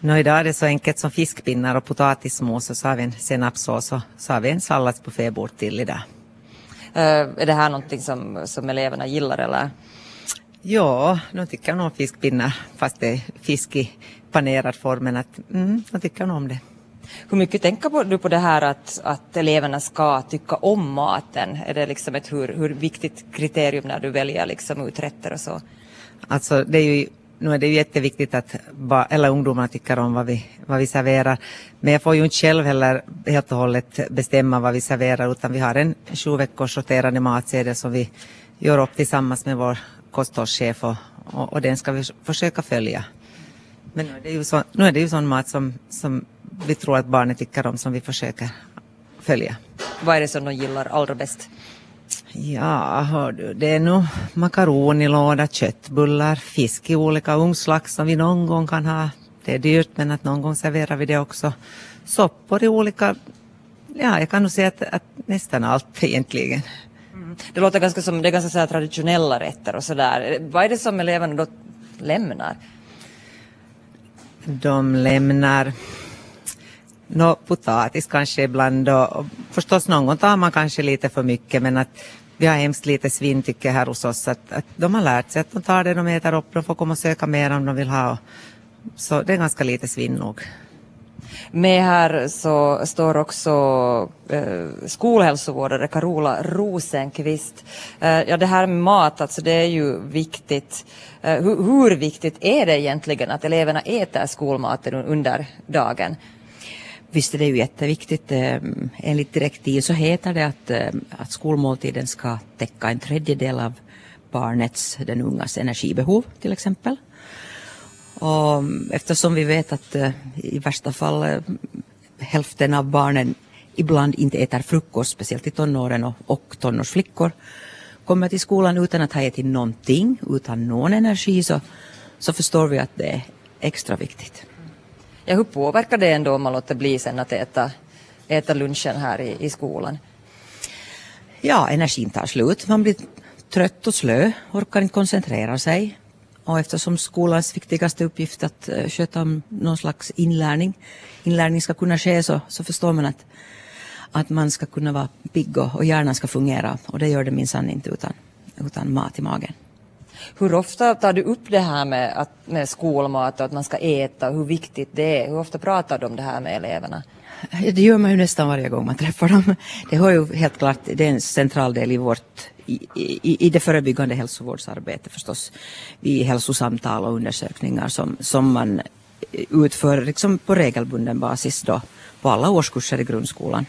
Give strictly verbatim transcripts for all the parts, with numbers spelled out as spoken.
Nå, idag är det så enkelt som fiskpinnar och potatismos och så har vi en senapsås och så har vi en salladsbuffé bort till idag. Uh, är det här någonting som, som eleverna gillar eller? Ja, de tycker nog om fiskpinnar fast det är fisk i panerad form, men att mm, de tycker nog om det. Hur mycket tänker du på det här att, att eleverna ska tycka om maten? Är det liksom ett hur, hur viktigt kriterium när du väljer liksom ut rätter och så? Alltså det är ju, nu är det ju jätteviktigt att ba, eller ungdomarna tycker om vad vi, vad vi serverar. Men jag får ju inte själv heller helt och hållet bestämma vad vi serverar, utan vi har en sju veckors roterande matsedel som vi gör upp tillsammans med vår kosthållschef och, och, och den ska vi försöka följa. Men nu är det ju, så, nu är det ju sån mat som, som vi tror att barnen tycker om som vi försöker följa. Vad är det som de gillar allra bäst? Ja, hör du, det är nog makaronilåda, köttbullar, fisk i olika ungslag som vi någon gång kan ha. Det är dyrt, men att någon gång serverar vi det också. Soppor i olika, ja, jag kan nog säga att, att nästan allt egentligen. Mm. Det låter ganska som, det är ganska så här traditionella rätter och sådär. Vad är det som eleverna då lämnar? De lämnar nå potatis kanske ibland och, och förstås någon gång tar man kanske lite för mycket, men att vi har hemskt lite svinn tycker här hos oss, att, att de har lärt sig att de tar det de äter upp, de får komma och söka mer om de vill ha, så det är ganska lite svinn nog. Med här så står också eh, skolhälsovårdare Carola Rosenqvist. Eh, ja, det här med mat, alltså det är ju viktigt. Eh, hur, hur viktigt är det egentligen att eleverna äter skolmaten under dagen? Visst är det ju jätteviktigt. Enligt direktiv så heter det att, att skolmåltiden ska täcka en tredjedel av barnets, den ungas energibehov till exempel. Och eftersom vi vet att i värsta fall hälften av barnen ibland inte äter frukost, speciellt i tonåren och, och tonårsflickor, kommer till skolan utan att ha ätit någonting, utan någon energi, så, så förstår vi att det är extra viktigt. Ja, hur påverkar det ändå om man låter bli sen att äta, äta lunchen här i, i skolan? Ja, energin tar slut. Man blir trött och slö, orkar inte koncentrera sig. Och eftersom skolans viktigaste uppgift att uh, sköta om någon slags inlärning, inlärning ska kunna ske, så, så förstår man att, att man ska kunna vara pigg och, och hjärnan ska fungera. Och det gör det minsann inte utan, utan mat i magen. Hur ofta tar du upp det här med, att, med skolmat och att man ska äta, hur viktigt det är? Hur ofta pratar du om det här med eleverna? Det gör man ju nästan varje gång man träffar dem. Det hör ju helt klart, det är en central del i vårt, i, i, i det förebyggande hälsovårdsarbetet förstås. Vid hälsosamtal och undersökningar som, som man utför liksom på regelbunden basis då, på alla årskurser i grundskolan.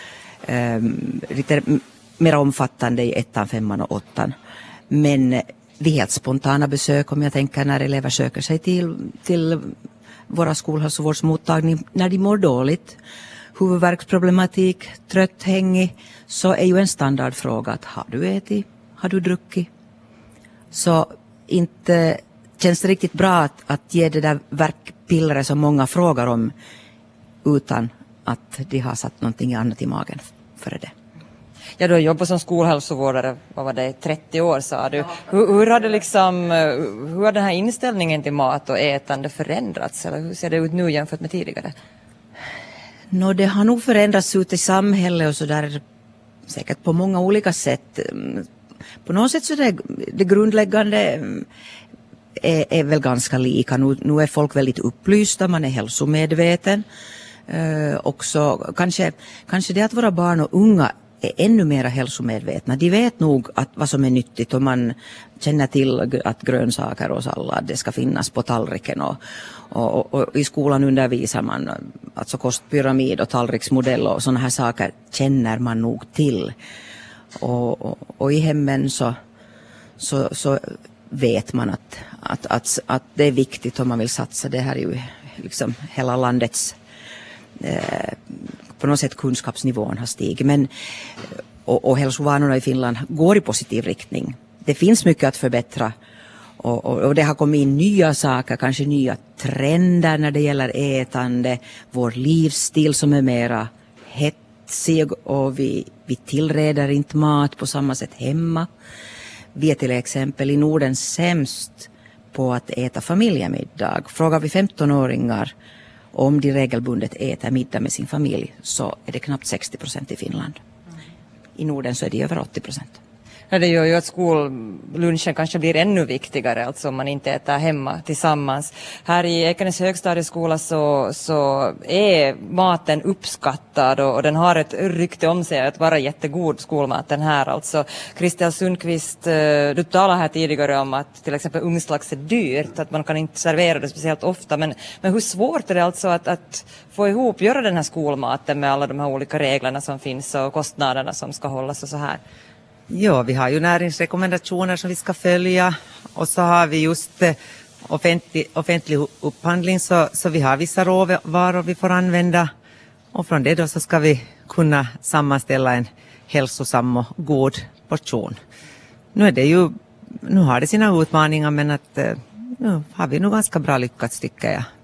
Um, lite mer omfattande i ettan, femman och åttan. Men vid helt spontana besök, om jag tänker när elever söker sig till, till våra skolhälsovårdsmottagning när de mår dåligt, huvudvärksproblematik, trött, hängig, så är ju en standardfråga att har du ätit, har du druckit? Så inte känns det riktigt bra att, att ge det där värkpillret som många frågar om utan att de har satt någonting annat i magen före det. Ja, du har jobbat som skolhälsovårdare, vad var det, trettio år sa du. Hur, hur har det liksom, hur har den här inställningen till mat och ätande förändrats? Eller hur ser det ut nu jämfört med tidigare? Nå, det har nog förändrats ut i samhället och så där, säkert på många olika sätt. På något sätt så det, det grundläggande är, är väl ganska lika. Nu, nu är folk väldigt upplysta, man är hälsomedveten. Uh, också kanske, kanske det att våra barn och unga är ännu mer hälsomedvetna. De vet nog att vad som är nyttigt och man känner till att grönsaker och sallad det ska finnas på tallriken och, och, och, och i skolan undervisar man alltså kostpyramid och tallriksmodell och sådana här saker känner man nog till. Och, och, och i hemmen så, så, så vet man att, att, att, att det är viktigt om man vill satsa. Det här är ju liksom hela landets eh, på något sätt kunskapsnivån har stigit. Men, och, och hälsovanorna i Finland går i positiv riktning. Det finns mycket att förbättra. Och, och, och det har kommit in nya saker, kanske nya trender när det gäller ätande. Vår livsstil som är mera hetsig och vi, vi tillreder inte mat på samma sätt hemma. Vi är till exempel i Norden sämst på att äta familjemiddag. Frågar vi femtonåringar om de regelbundet äter middag med sin familj så är det knappt sextio procent i Finland. Mm. I Norden så är det över åttio procent. Ja, det gör ju att skollunchen kanske blir ännu viktigare, alltså om man inte äter hemma tillsammans. Här i Ekenäs högstadieskola så, så är maten uppskattad och, och den har ett rykte om sig att vara jättegod, skolmaten här. Alltså, Kristel Sundqvist, du talade här tidigare om att till exempel ungslax är dyrt, att man kan inte servera det speciellt ofta. Men, men hur svårt är det alltså att, att få ihop, göra den här skolmaten med alla de här olika reglerna som finns och kostnaderna som ska hållas och så här? Ja, vi har ju näringsrekommendationer som vi ska följa och så har vi just eh, offentlig, offentlig upphandling så, så vi har vissa råvaror vi får använda och från det då så ska vi kunna sammanställa en hälsosam och god portion. Nu är det ju, nu har det sina utmaningar men att eh, nu har vi nog ganska bra lyckats tycker jag.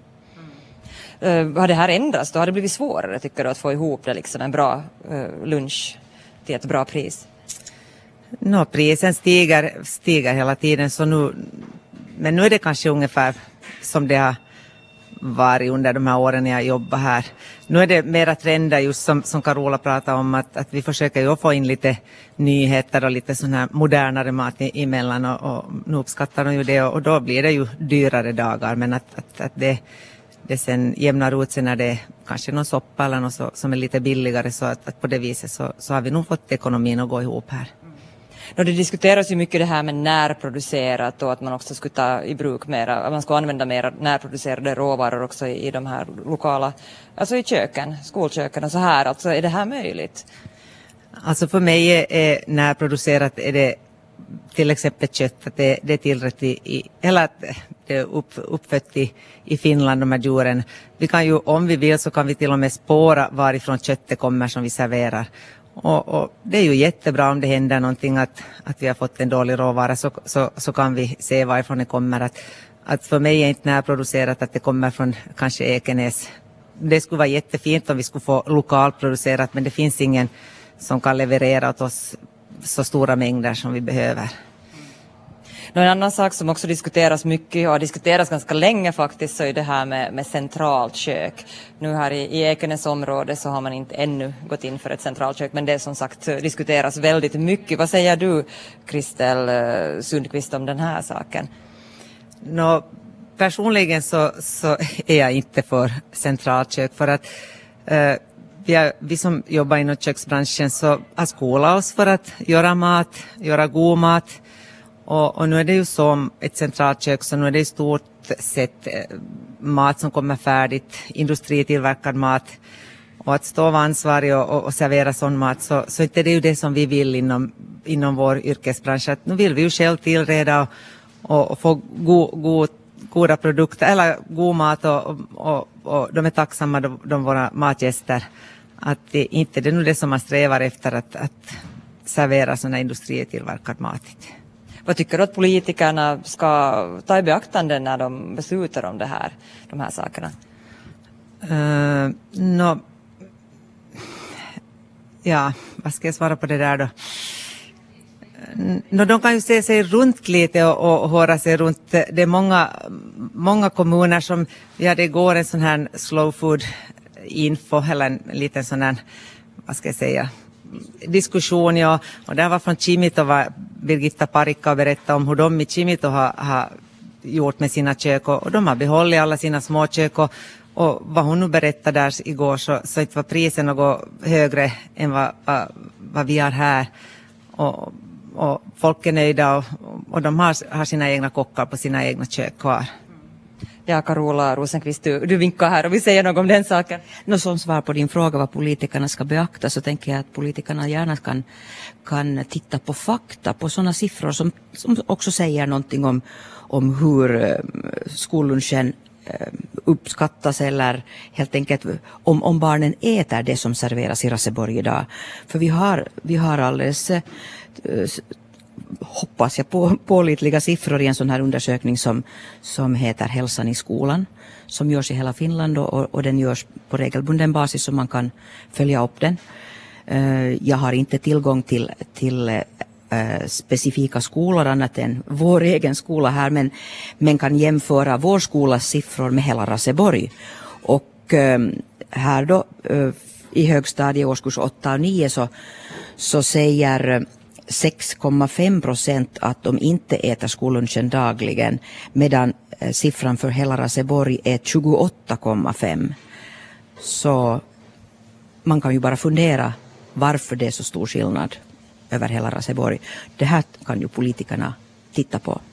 Mm. Uh, har det här ändrats då? Har det blivit svårare tycker du att få ihop det liksom en bra uh, lunch till ett bra pris? No, prisen stiger, stiger hela tiden så nu, men nu är det kanske ungefär som det har varit under de här åren jag jobbar här. Nu är det mera trender just som, som Carola pratade om att, att vi försöker ju få in lite nyheter och lite sån här modernare mat emellan och, och nu uppskattar de ju det och, och då blir det ju dyrare dagar men att, att, att det, det sen jämnar ut sig när det är kanske någon soppa eller något så, som är lite billigare så att, att på det viset så, så har vi nog fått ekonomin att gå ihop här. No, det diskuteras ju mycket det här med närproducerat och att man också skulle ta i bruk mera, att man ska använda mer närproducerade råvaror också i, i de här lokala, alltså i köken, skolköken och så här. Alltså är det här möjligt? Alltså för mig är, är närproducerat är det till exempel kött, att det, det är tillräckligt i, eller att det är upp, uppfött i, i Finland de här djuren. Vi kan ju, om vi vill så kan vi till och med spåra varifrån köttet kommer som vi serverar. Och, och det är ju jättebra om det händer någonting att, att vi har fått en dålig råvara så, så, så kan vi se varifrån det kommer. Att, att för mig är inte närproducerat att det kommer från kanske Ekenäs. Det skulle vara jättefint om vi skulle få lokalproducerat men det finns ingen som kan leverera åt oss så stora mängder som vi behöver. En annan sak som också diskuteras mycket och har diskuterats ganska länge faktiskt så är det här med, med centralt kök. Nu här i, i Ekenäs område så har man inte ännu gått in för ett centralt kök men det som sagt diskuteras väldigt mycket. Vad säger du Kristel Sundqvist om den här saken? Nå, personligen så, så är jag inte för centralt kök för att eh, vi, är, vi som jobbar inom köksbranschen så har skolat oss för att göra mat, göra god mat. Och, och nu är det ju som ett centralt kök så nu är det i stort sett eh, mat som kommer färdigt, industritillverkad mat. Och att stå och vara ansvarig och, och, och servera sån mat så, så inte det är ju det som vi vill inom, inom vår yrkesbransch. Att nu vill vi ju själv tillreda och, och, och få go, go, goda produkter eller god mat och, och, och, och de är tacksamma de, de våra matgäster. Att det, inte det är nu det som man strävar efter att, att servera sån här industritillverkad mat. Vad tycker du att politikerna ska ta i beaktande när de beslutar om det här, de här sakerna? Uh, no, ja, vad ska jag svara på det där då? No, de kan ju se sig runt lite och, och höra sig runt. Det är många, många kommuner som, vi hade igår en sån här slow food info eller en liten sån här, vad ska jag säga, diskussion, ja, och där var från Kimito var Birgitta Parikka och berättade om hur de i Kimito har, har gjort med sina kök och, och de har behållit alla sina små kök och, och vad hon nu berättade där igår så, så inte var priset något högre än vad, vad, vad vi har här och, och folk är nöjda och, och de har, har sina egna kockar på sina egna kök kvar. Ja, Carola Rosenqvist, du, du vinkar här och vi säger något om den saken. Nå, som svar på din fråga vad politikerna ska beakta så tänker jag att politikerna gärna kan, kan titta på fakta, på sådana siffror som, som också säger någonting om, om hur uh, skollunchen uh, uppskattas eller helt enkelt om, om barnen äter det som serveras i Raseborg idag. För vi har, vi har alldeles uh, hoppas jag på pålitliga siffror i en sån här undersökning som, som heter Hälsan i skolan som görs i hela Finland och, och den görs på regelbunden basis så man kan följa upp den. Uh, jag har inte tillgång till, till uh, specifika skolor annat än vår egen skola här men, men kan jämföra vår skolas siffror med hela Raseborg och Och eh, här då eh, i högstadie årskurs åtta och nio så, så säger sex komma fem procent att de inte äter skollunchen dagligen, medan eh, siffran för hela Raseborg är tjugoåtta komma fem. Så man kan ju bara fundera varför det är så stor skillnad över hela Raseborg. Det här kan ju politikerna titta på.